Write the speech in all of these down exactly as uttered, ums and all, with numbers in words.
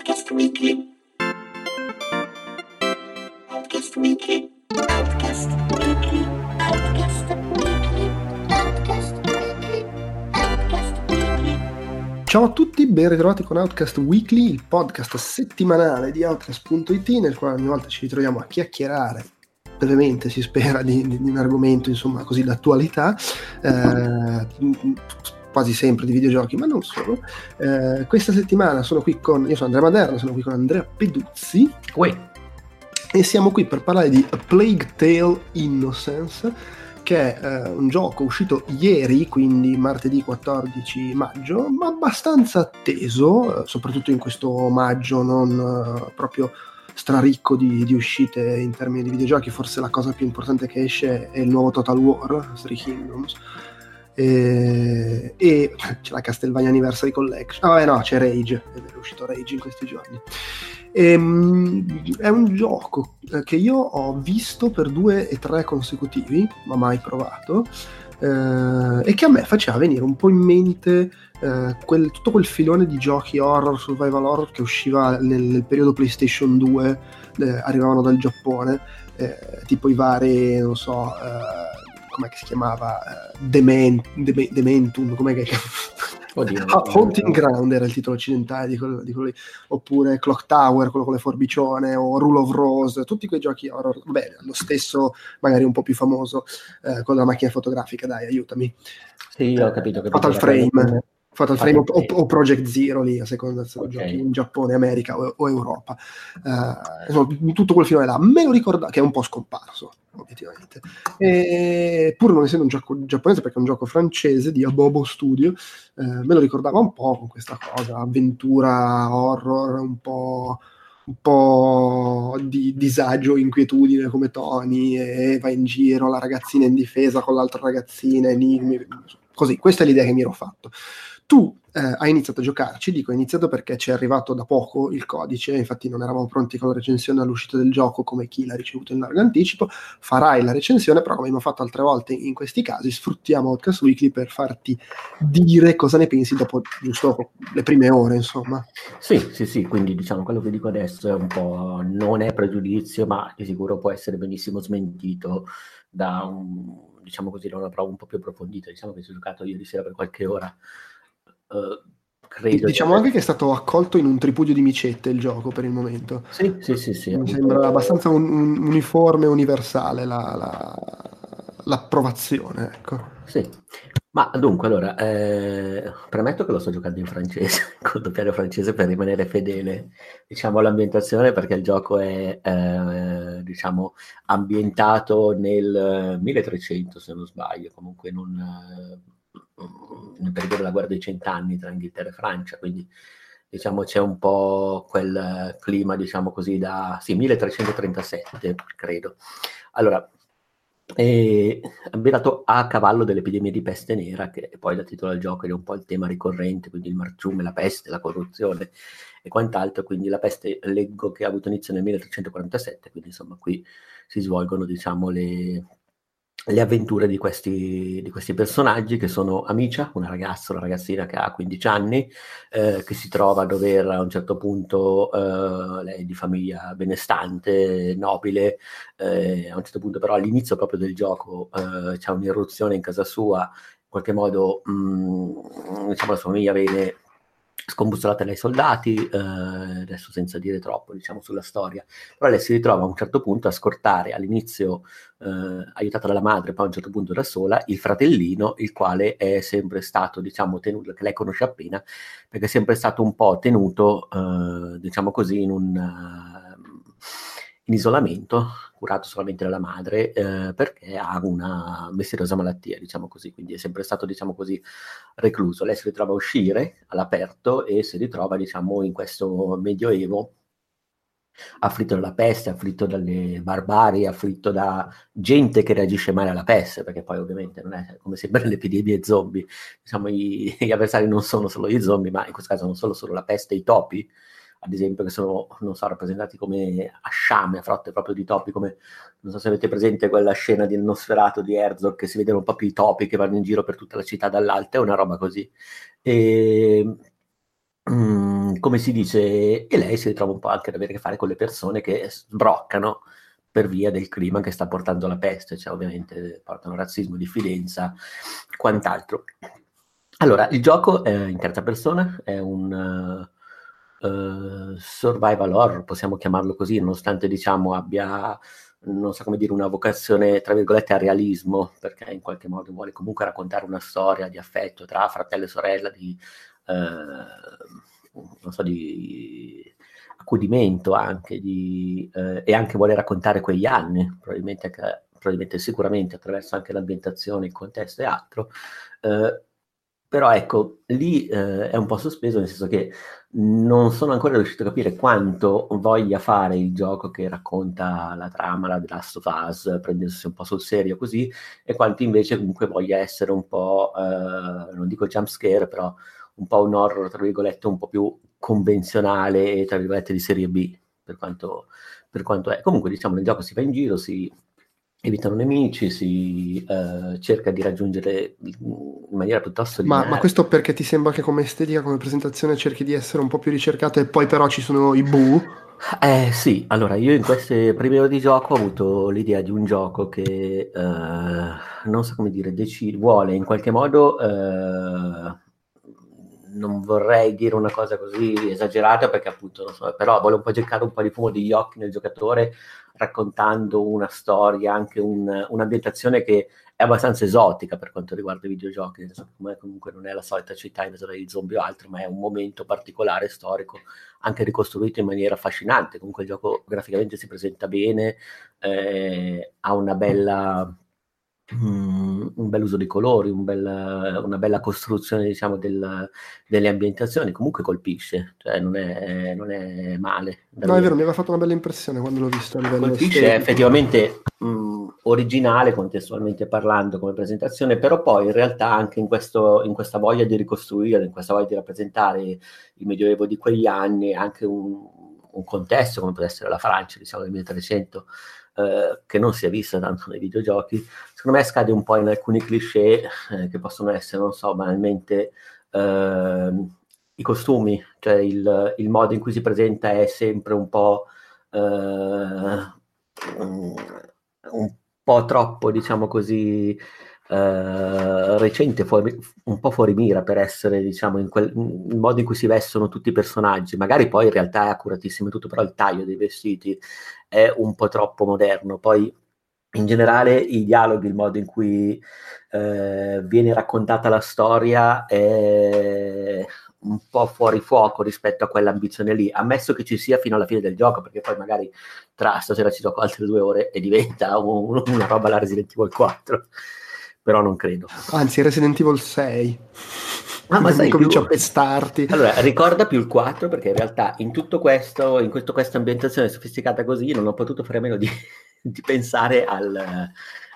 Outcast Weekly. Outcast Weekly. Outcast Weekly. Outcast Weekly. Outcast Weekly. Outcast Weekly. Ciao a tutti, ben ritrovati con Outcast Weekly, il podcast settimanale di Outcast punto it, nel quale ogni volta ci ritroviamo a chiacchierare brevemente, si spera, di, di un argomento insomma così d'attualità, eh, quasi sempre di videogiochi, ma non solo. Eh, questa settimana sono qui con, io sono Andrea Maderna, sono qui con Andrea Peduzzi. Uè. E siamo qui per parlare di A Plague Tale Innocence, che è eh, un gioco uscito ieri, quindi martedì quattordici maggio, ma abbastanza atteso, eh, soprattutto in questo maggio non eh, proprio straricco di, di uscite in termini di videogiochi. Forse la cosa più importante che esce è il nuovo Total War, Three Kingdoms, e, e c'è la Castlevania Anniversary Collection. Ah vabbè no, c'è Rage, è vero, è uscito Rage in questi giorni. E, è un gioco che io ho visto per due e tre consecutivi, ma mai provato, eh, e che a me faceva venire un po' in mente eh, quel, tutto quel filone di giochi horror, survival horror che usciva nel, nel periodo PlayStation due, eh, arrivavano dal Giappone, eh, tipo i vari, non so, eh, com'è che si chiamava, uh, Dement, Deme, Dementum, com'è che Oddio, Haunting Ground era il titolo occidentale di quello, di quello lì, oppure Clock Tower, quello con le forbicione, o Rule of Rose, tutti quei giochi horror. Bene, lo stesso magari un po' più famoso, eh, con la macchina fotografica, dai, aiutami. Sì, ho capito, ho capito. Fatal Frame, Fatal, Fatal Frame, Frame. O, o Project Zero lì, a seconda se lo Okay. giochi in Giappone, America o, o Europa. Uh, insomma, tutto quel filone là, me lo ricordavo, che è un po' scomparso, obiettivamente. E, pur non essendo un gioco giapponese, perché è un gioco francese di Abobo Studio, eh, me lo ricordava un po' con questa cosa, avventura, horror, un po'... un po' di disagio, inquietudine come toni, e va in giro la ragazzina in difesa con l'altra ragazzina, enigmi, così. Questa è l'idea che mi ero fatto. Tu eh, hai iniziato a giocarci, dico hai iniziato perché ci è arrivato da poco il codice, infatti non eravamo pronti con la recensione all'uscita del gioco come chi l'ha ricevuto in largo anticipo. Farai la recensione, però come abbiamo fatto altre volte in questi casi, sfruttiamo Outcast Weekly per farti dire cosa ne pensi dopo giusto le prime ore, insomma. Sì, sì, sì, quindi diciamo quello che dico adesso è un po', non è pregiudizio, ma di sicuro può essere benissimo smentito da un, diciamo così, da una prova un po' più approfondita. Diciamo che ci ho giocato ieri sera per qualche ora. Uh, credo diciamo di... anche che è stato accolto in un tripudio di micette il gioco per il momento. Sì, sì, sì, sì. Mi appunto... sembra abbastanza un, un uniforme, universale la, la, l'approvazione, ecco. Sì, ma dunque allora, eh, premetto che lo sto giocando in francese, con doppiaggio francese per rimanere fedele, diciamo, all'ambientazione, perché il gioco è, eh, diciamo, ambientato nel milletrecento, se non sbaglio, comunque in un, eh, nel periodo della guerra dei cent'anni tra Inghilterra e Francia, quindi diciamo c'è un po' quel clima, diciamo così, da sì, milletrecentotrentasette, credo. Allora, è ambientato a cavallo dell'epidemia di peste nera, che poi dà titolo al gioco ed è un po' il tema ricorrente, quindi il marciume, la peste, la corruzione e quant'altro. Quindi la peste leggo che ha avuto inizio nel milletrecentoquarantasette, quindi insomma qui si svolgono, diciamo, le, le avventure di questi, di questi personaggi, che sono Amicia, una ragazza, una ragazzina che ha quindici anni, eh, che si trova a dover a un certo punto, eh, lei è di famiglia benestante, nobile, eh, a un certo punto però all'inizio proprio del gioco eh, c'è un'irruzione in casa sua, in qualche modo mh, diciamo la sua famiglia viene scombussolata dai soldati, eh, adesso senza dire troppo diciamo sulla storia, però lei si ritrova a un certo punto a scortare all'inizio eh, aiutata dalla madre, poi a un certo punto da sola, il fratellino, il quale è sempre stato, diciamo, tenuto, che lei conosce appena, perché è sempre stato un po' tenuto, eh, diciamo così, in un uh, in isolamento, curato solamente dalla madre, eh, perché ha una misteriosa malattia, diciamo così, quindi è sempre stato, diciamo così, recluso. Lei si ritrova a uscire all'aperto e si ritrova, diciamo, in questo medioevo afflitto dalla peste, afflitto dalle barbarie, afflitto da gente che reagisce male alla peste, perché poi ovviamente non è come sempre nelle epidemie zombie, diciamo, i, gli avversari non sono solo gli zombie, ma in questo caso non solo solo la peste e i topi, ad esempio, che sono, non so, rappresentati come a sciame, a frotte proprio di topi, come, non so se avete presente quella scena di Nosferatu di Herzog, che si vedono proprio i topi che vanno in giro per tutta la città dall'alto, è una roba così. E mm, come si dice, e lei si ritrova un po' anche ad avere a che fare con le persone che sbroccano per via del clima che sta portando la peste, cioè ovviamente portano razzismo, diffidenza, quant'altro. Allora, il gioco è in terza persona, è un uh, survival horror, possiamo chiamarlo così, nonostante diciamo abbia, non so come dire, una vocazione, tra virgolette, al realismo, perché in qualche modo vuole comunque raccontare una storia di affetto tra fratello e sorella, di, uh, non so, di accudimento anche, di, uh, e anche vuole raccontare quegli anni, probabilmente, probabilmente sicuramente attraverso anche l'ambientazione, il contesto e altro. Uh, Però ecco, lì eh, è un po' sospeso, nel senso che non sono ancora riuscito a capire quanto voglia fare il gioco che racconta la trama, la The Last of Us, prendendosi un po' sul serio così, e quanto invece comunque voglia essere un po', eh, non dico jump scare, però un po' un horror, tra virgolette, un po' più convenzionale, tra virgolette, di serie B, per quanto, per quanto è. Comunque, diciamo, nel gioco si va in giro, si evitano nemici, si uh, cerca di raggiungere in maniera piuttosto Ma, lineare. ma questo perché ti sembra che come estetica, come presentazione cerchi di essere un po' più ricercata e poi però ci sono i boo? Eh sì, allora io in queste prime ore di gioco ho avuto l'idea di un gioco che uh, non so come dire, decide, vuole in qualche modo, uh, non vorrei dire una cosa così esagerata perché appunto non so, però vuole un po' gettare un po' di fumo degli occhi nel giocatore raccontando una storia, anche un, un'ambientazione che è abbastanza esotica per quanto riguarda i videogiochi, nel senso che comunque non è la solita città invasa dagli zombie o altro, ma è un momento particolare storico, anche ricostruito in maniera affascinante. Comunque il gioco graficamente si presenta bene, eh, ha una bella Mm, un bel uso dei colori, un bel, una bella costruzione, diciamo, del, delle ambientazioni, comunque colpisce, cioè non è, non è male. No, è Davvero. vero, mi aveva fatto una bella impressione quando l'ho visto a livello Colpisce, è estetico. effettivamente mh, originale contestualmente parlando come presentazione, però poi in realtà anche in, questo, in questa voglia di ricostruire, in questa voglia di rappresentare il Medioevo di quegli anni, anche un, un contesto come può essere la Francia, diciamo del milletrecento, eh, che non si è vista tanto nei videogiochi, secondo me scade un po' in alcuni cliché eh, che possono essere, non so, banalmente eh, i costumi, cioè il, il modo in cui si presenta è sempre un po' Uh, un po' troppo, diciamo così, uh, recente, fuori, un po' fuori mira per essere, diciamo, in quel il modo in cui si vestono tutti i personaggi. Magari poi in realtà è accuratissimo tutto, però il taglio dei vestiti è un po' troppo moderno. Poi in generale i dialoghi, il modo in cui eh, viene raccontata la storia è un po' fuori fuoco rispetto a quell'ambizione lì, ammesso che ci sia fino alla fine del gioco, perché poi magari tra stasera ci gioco altre due ore e diventa un, una roba la Resident Evil quattro, però non credo. Anzi, Resident Evil sei. Ah, ma sai, comincia più... a pestarti. Allora, ricorda più il quattro, perché in realtà in tutto questo, in questo, questa ambientazione sofisticata così, non ho potuto fare a meno di, di pensare al,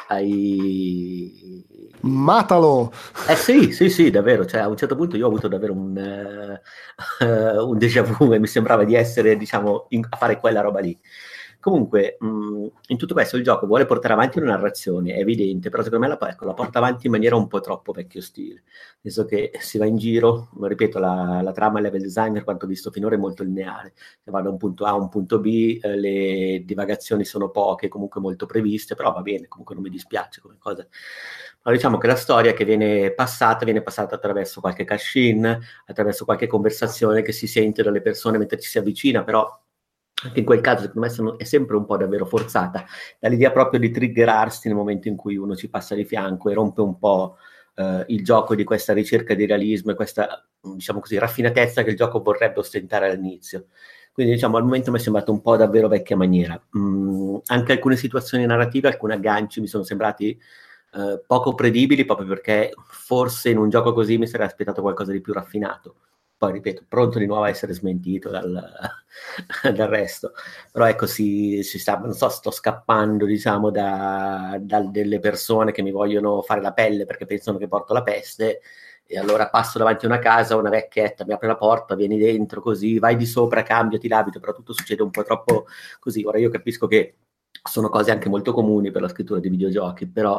ai... Matalo! Eh sì, sì, sì, davvero, cioè a un certo punto io ho avuto davvero un, uh, uh, un déjà vu e mi sembrava di essere, diciamo, in, a fare quella roba lì. Comunque, mh, in tutto questo il gioco vuole portare avanti una narrazione, è evidente, però secondo me la, ecco, la porta avanti in maniera un po' troppo vecchio stile, nel senso che si va in giro, ripeto, la, la trama e il level design, per quanto visto finora, è molto lineare, si va da un punto A a un punto B, eh, le divagazioni sono poche, comunque molto previste, però va bene, comunque non mi dispiace come cosa. Ma diciamo che la storia che viene passata, viene passata attraverso qualche cash-in, attraverso qualche conversazione che si sente dalle persone mentre ci si avvicina, però anche in quel caso secondo me sono, è sempre un po' davvero forzata, dall'idea proprio di triggerarsi nel momento in cui uno ci passa di fianco e rompe un po' eh, il gioco di questa ricerca di realismo e questa, diciamo così, raffinatezza che il gioco vorrebbe ostentare all'inizio. Quindi diciamo al momento mi è sembrato un po' davvero vecchia maniera. Mm, anche alcune situazioni narrative, alcuni agganci mi sono sembrati eh, poco credibili, proprio perché forse in un gioco così mi sarei aspettato qualcosa di più raffinato. Poi ripeto, pronto di nuovo a essere smentito dal, dal resto, però ecco si, si sta, non so, sto scappando diciamo da, da delle persone che mi vogliono fare la pelle perché pensano che porto la peste, e allora passo davanti a una casa, una vecchietta mi apre la porta, vieni dentro così, vai di sopra, cambiati l'abito, però tutto succede un po' troppo così. Ora io capisco che sono cose anche molto comuni per la scrittura di videogiochi, però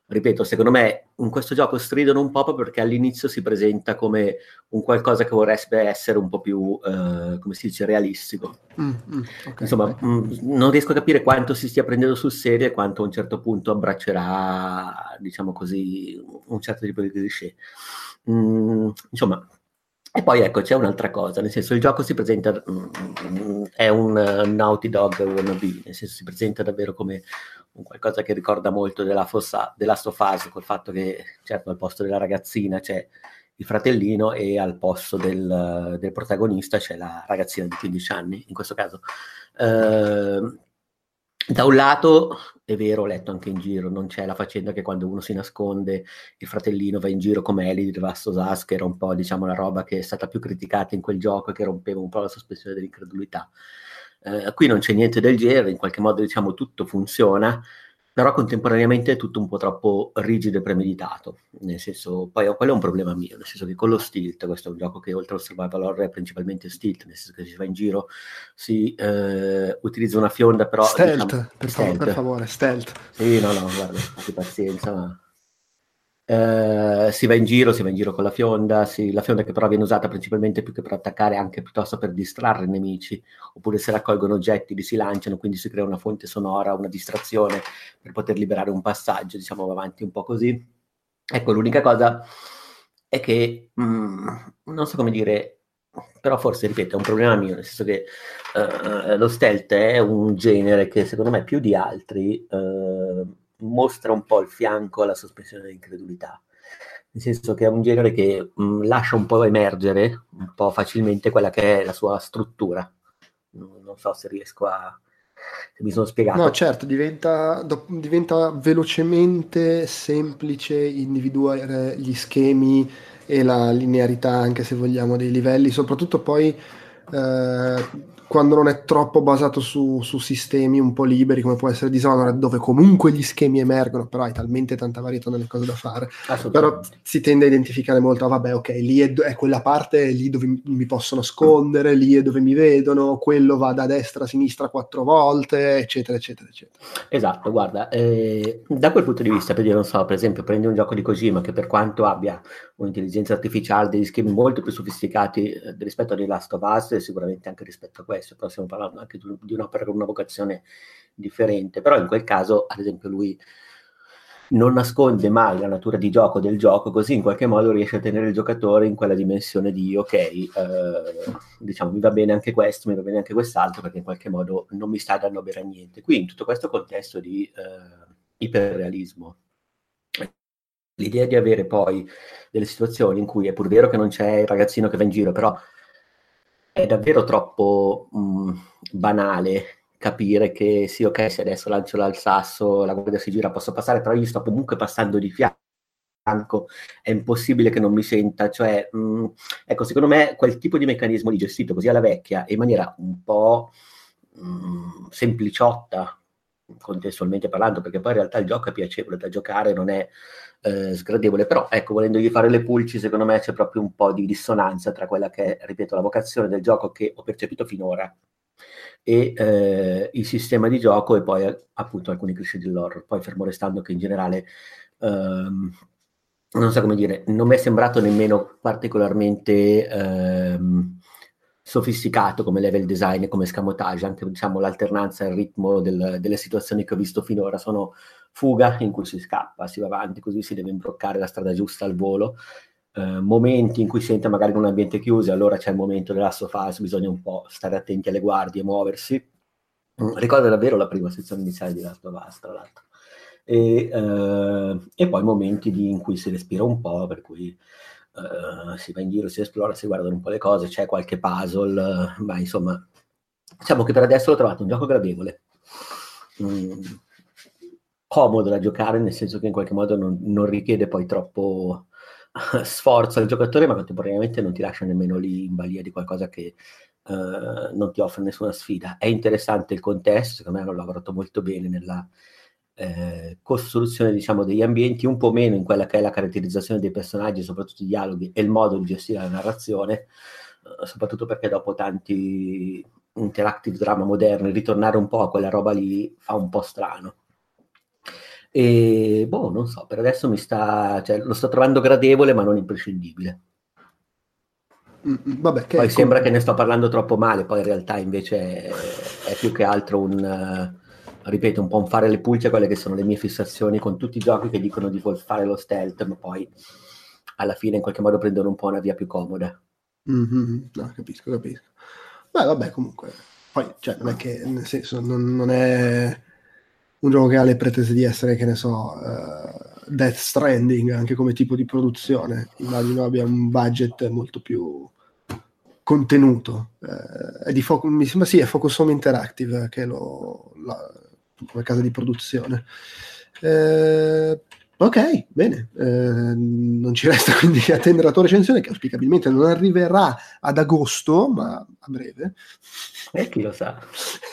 ripeto, secondo me in questo gioco stridono un po' perché all'inizio si presenta come un qualcosa che vorrebbe essere un po' più, eh, come si dice, realistico. Mm, mm, okay, Insomma, okay. mh, non riesco a capire quanto si stia prendendo sul serio e quanto a un certo punto abbraccerà, diciamo così, un certo tipo di cliché. Mm, insomma, e poi ecco, c'è un'altra cosa, nel senso il gioco si presenta, mm, è un uh, Naughty Dog wannabe, nel senso si presenta davvero come un qualcosa che ricorda molto della fossa, della Last of Us, col fatto che certo al posto della ragazzina c'è il fratellino e al posto del, del protagonista c'è la ragazzina di quindici anni, in questo caso. Uh, da un lato è vero, ho letto anche in giro, non c'è la faccenda che quando uno si nasconde il fratellino va in giro come Ellie di The Last of Us, che era un po' diciamo la roba che è stata più criticata in quel gioco e che rompeva un po' la sospensione dell'incredulità. Eh, qui non c'è niente del genere, in qualche modo diciamo tutto funziona, però contemporaneamente è tutto un po' troppo rigido e premeditato, nel senso, poi quello è un problema mio, nel senso che con lo stealth, questo è un gioco che oltre al survival horror è principalmente stealth, nel senso che si va in giro, si eh, utilizza una fionda, però Stealth, diciamo, per, stealth. fav- per favore, stealth. Sì, no, no, guarda, abbi pazienza, ma... Uh, si va in giro, si va in giro con la fionda, si, la fionda che però viene usata principalmente più che per attaccare, anche piuttosto per distrarre i nemici, oppure se raccolgono oggetti li si lanciano, quindi si crea una fonte sonora, una distrazione per poter liberare un passaggio, diciamo va avanti un po' così. Ecco, l'unica cosa è che mm, non so come dire, però forse ripeto è un problema mio, nel senso che uh, lo stealth è un genere che secondo me più di altri uh, mostra un po' il fianco alla sospensione dell'incredulità, nel senso che è un genere che mh, lascia un po' emergere un po' facilmente quella che è la sua struttura. Non, non so se riesco a... se mi sono spiegato. No, certo, diventa, do- diventa velocemente semplice individuare gli schemi e la linearità, anche se vogliamo, dei livelli, soprattutto poi eh, quando non è troppo basato su, su sistemi un po' liberi, come può essere Dishonored, dove comunque gli schemi emergono, però hai talmente tanta varietà nelle cose da fare. Però si tende a identificare molto, ah, vabbè, ok, lì è, è quella parte, è lì dove mi, mi posso nascondere, lì è dove mi vedono, quello va da destra a sinistra quattro volte, eccetera, eccetera, eccetera. Esatto, guarda, eh, da quel punto di vista, per dire, non so, per esempio, prendi un gioco di Kojima che per quanto abbia un'intelligenza artificiale, degli schemi molto più sofisticati eh, rispetto a The Last of Us e sicuramente anche rispetto a questo, però stiamo parlando anche di, di un'opera con una vocazione differente, però in quel caso, ad esempio, lui non nasconde mai la natura di gioco del gioco, così in qualche modo riesce a tenere il giocatore in quella dimensione di ok, eh, diciamo mi va bene anche questo, mi va bene anche quest'altro, perché in qualche modo non mi sta dando bene a niente. Qui in tutto questo contesto di eh, iperrealismo, l'idea di avere poi delle situazioni in cui è pur vero che non c'è il ragazzino che va in giro, però è davvero troppo mh, banale capire che sì, ok, se adesso lancio dal sasso, la guardia si gira, posso passare, però io sto comunque passando di fianco, è impossibile che non mi senta, cioè, mh, ecco, secondo me quel tipo di meccanismo lì gestito così alla vecchia, in maniera un po' mh, sempliciotta, contestualmente parlando, perché poi in realtà il gioco è piacevole da giocare, non è eh, sgradevole, però ecco, volendogli fare le pulci, secondo me c'è proprio un po' di dissonanza tra quella che è, ripeto, la vocazione del gioco che ho percepito finora e eh, il sistema di gioco e poi appunto alcuni cliché dell'horror, poi fermo restando che in generale ehm, non so come dire, non mi è sembrato nemmeno particolarmente ehm, sofisticato come level design e come escamotage, anche diciamo l'alternanza e il ritmo del, delle situazioni che ho visto finora sono fuga in cui si scappa, si va avanti, così si deve imbroccare la strada giusta al volo, eh, momenti in cui si entra magari in un ambiente chiuso, allora c'è il momento della Last of Us, bisogna un po' stare attenti alle guardie, muoversi. Mm, ricordo davvero la prima sezione iniziale di Last of Us, tra l'altro. E, eh, e poi momenti di, in cui si respira un po', per cui Uh, si va in giro, si esplora, si guardano un po' le cose, c'è qualche puzzle, uh, ma insomma, diciamo che per adesso l'ho trovato un gioco gradevole, mm, comodo da giocare, nel senso che in qualche modo non, non richiede poi troppo sforzo al giocatore, ma contemporaneamente non ti lascia nemmeno lì in balia di qualcosa che uh, non ti offre nessuna sfida. È interessante il contesto, secondo me hanno lavorato molto bene nella Eh, costruzione diciamo degli ambienti, un po' meno in quella che è la caratterizzazione dei personaggi, soprattutto i dialoghi e il modo di gestire la narrazione, eh, soprattutto perché dopo tanti interactive drama moderni ritornare un po' a quella roba lì fa un po' strano. E boh, non so, per adesso mi sta, cioè, lo sto trovando gradevole ma non imprescindibile. Mm, vabbè, che Poi sembra comunque- che ne sto parlando troppo male, poi in realtà invece è, è più che altro un, eh, ripeto, un po' un fare le pulce a quelle che sono le mie fissazioni con tutti i giochi che dicono di voler fare lo stealth, ma poi alla fine in qualche modo prendono un po' una via più comoda. Mhm, no, capisco, capisco. Beh, vabbè, comunque, poi, cioè, non è che, nel senso, non, non è un gioco che ha le pretese di essere, che ne so, eh, Death Stranding, anche come tipo di produzione. Immagino abbia un budget molto più contenuto. Eh, è di Fo- mi sembra sì, è Focus Home Interactive che lo, la, come casa di produzione. Eh, ok, bene. Eh, non ci resta quindi che attendere la tua recensione, che auspicabilmente non arriverà ad agosto, ma a breve. E chi lo sa?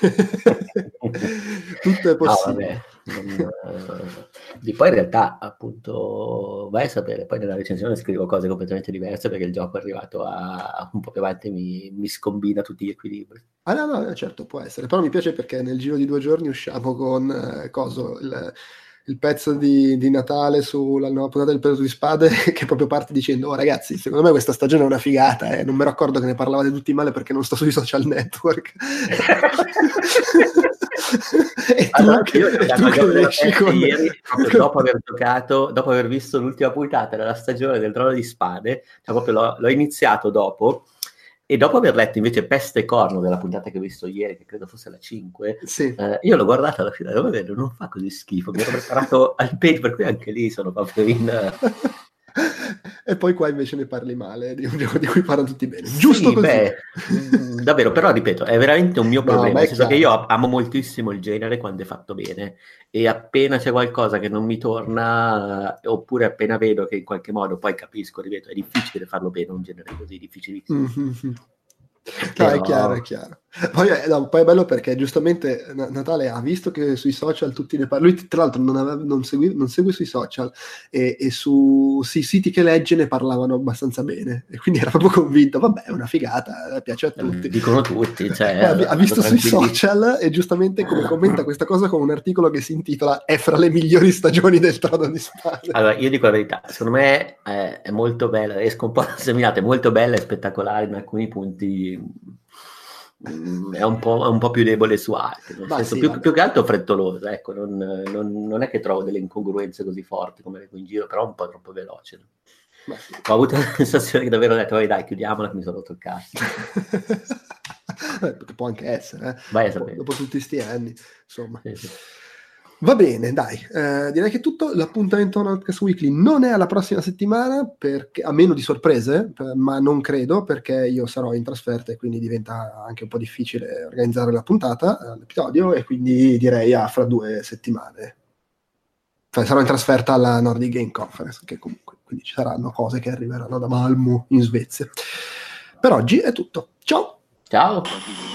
Tutto è No, possibile. vabbè. Non, eh, di poi in realtà appunto vai a sapere, poi nella recensione scrivo cose completamente diverse perché il gioco è arrivato a un po' più avanti e mi, mi scombina tutti gli equilibri. Ah no, no, certo, può essere, però mi piace perché nel giro di due giorni usciamo con eh, coso, il, il pezzo di, di Natale sulla nuova puntata del Peso di Spade che proprio parte dicendo: oh ragazzi, secondo me questa stagione è una figata, eh. Non mi ricordo che ne parlavate tutti male perché non sto sui social network. E tu, Allora, che, io ho e giocato tu al gioco che della esci festa con... ieri, proprio dopo aver giocato, dopo aver visto l'ultima puntata della stagione del Trono di Spade, cioè proprio l'ho, l'ho iniziato dopo, e dopo aver letto invece Peste e Corno della puntata che ho visto ieri, che credo fosse la cinque, Sì. eh, io l'ho guardata alla fine, dove vedo, non fa così schifo, mi ero preparato al peggio, per cui anche lì sono proprio in... E poi qua invece ne parli male di un gioco di cui parlano tutti bene. Giusto Sì, così. beh, mh, davvero, però ripeto, è veramente un mio No, problema, ma nel è senso che chiaro. io amo moltissimo il genere quando è fatto bene e appena c'è qualcosa che non mi torna, eh, oppure appena vedo che in qualche modo, poi capisco, ripeto, è difficile farlo bene un genere così, difficilissimo. Mm-hmm. No, è chiaro, è Però... chiaro. Poi è, no, poi è bello perché giustamente N- Natale ha visto che sui social tutti ne parlano. Lui, tra l'altro, non, aveva- non, segui- non segue sui social e, e su sui siti che legge ne parlavano abbastanza bene. E quindi era proprio convinto: vabbè, è una figata, piace a tutti. Dicono tutti, cioè, Poi ha, vi- ha vado visto sui tranquillissimo. social e giustamente come commenta questa cosa con un articolo che si intitola È fra le migliori stagioni del Trono di Spade. Allora, io dico la verità, secondo me è, è molto bella, esco un po' seminata, è molto bella e spettacolare in alcuni punti, mm, è un po', è un po' più debole su altri, nel Ma senso sì, più, vabbè. più che altro frettolosa, ecco, non, non- non è che trovo delle incongruenze così forti come leggo in giro, però un po' troppo veloce. Ma sì. Ho avuto la sensazione che davvero ho detto, "Vai, dai, chiudiamola che mi sono rotto il cazzo." Eh, può anche essere, eh. Vai a dopo, sapere. dopo tutti sti anni, insomma. Sì, sì. Va bene, dai, eh, direi che è tutto. L'appuntamento Nerdcast Weekly non è alla prossima settimana, perché, a meno di sorprese, per- ma non credo, perché io sarò in trasferta e quindi diventa anche un po' difficile organizzare la puntata, eh, l'episodio, e quindi direi a fra due settimane. Cioè, sarò in trasferta alla Nordic Game Conference, che comunque, quindi ci saranno cose che arriveranno da Malmö in Svezia. Per oggi è tutto. Ciao! Ciao!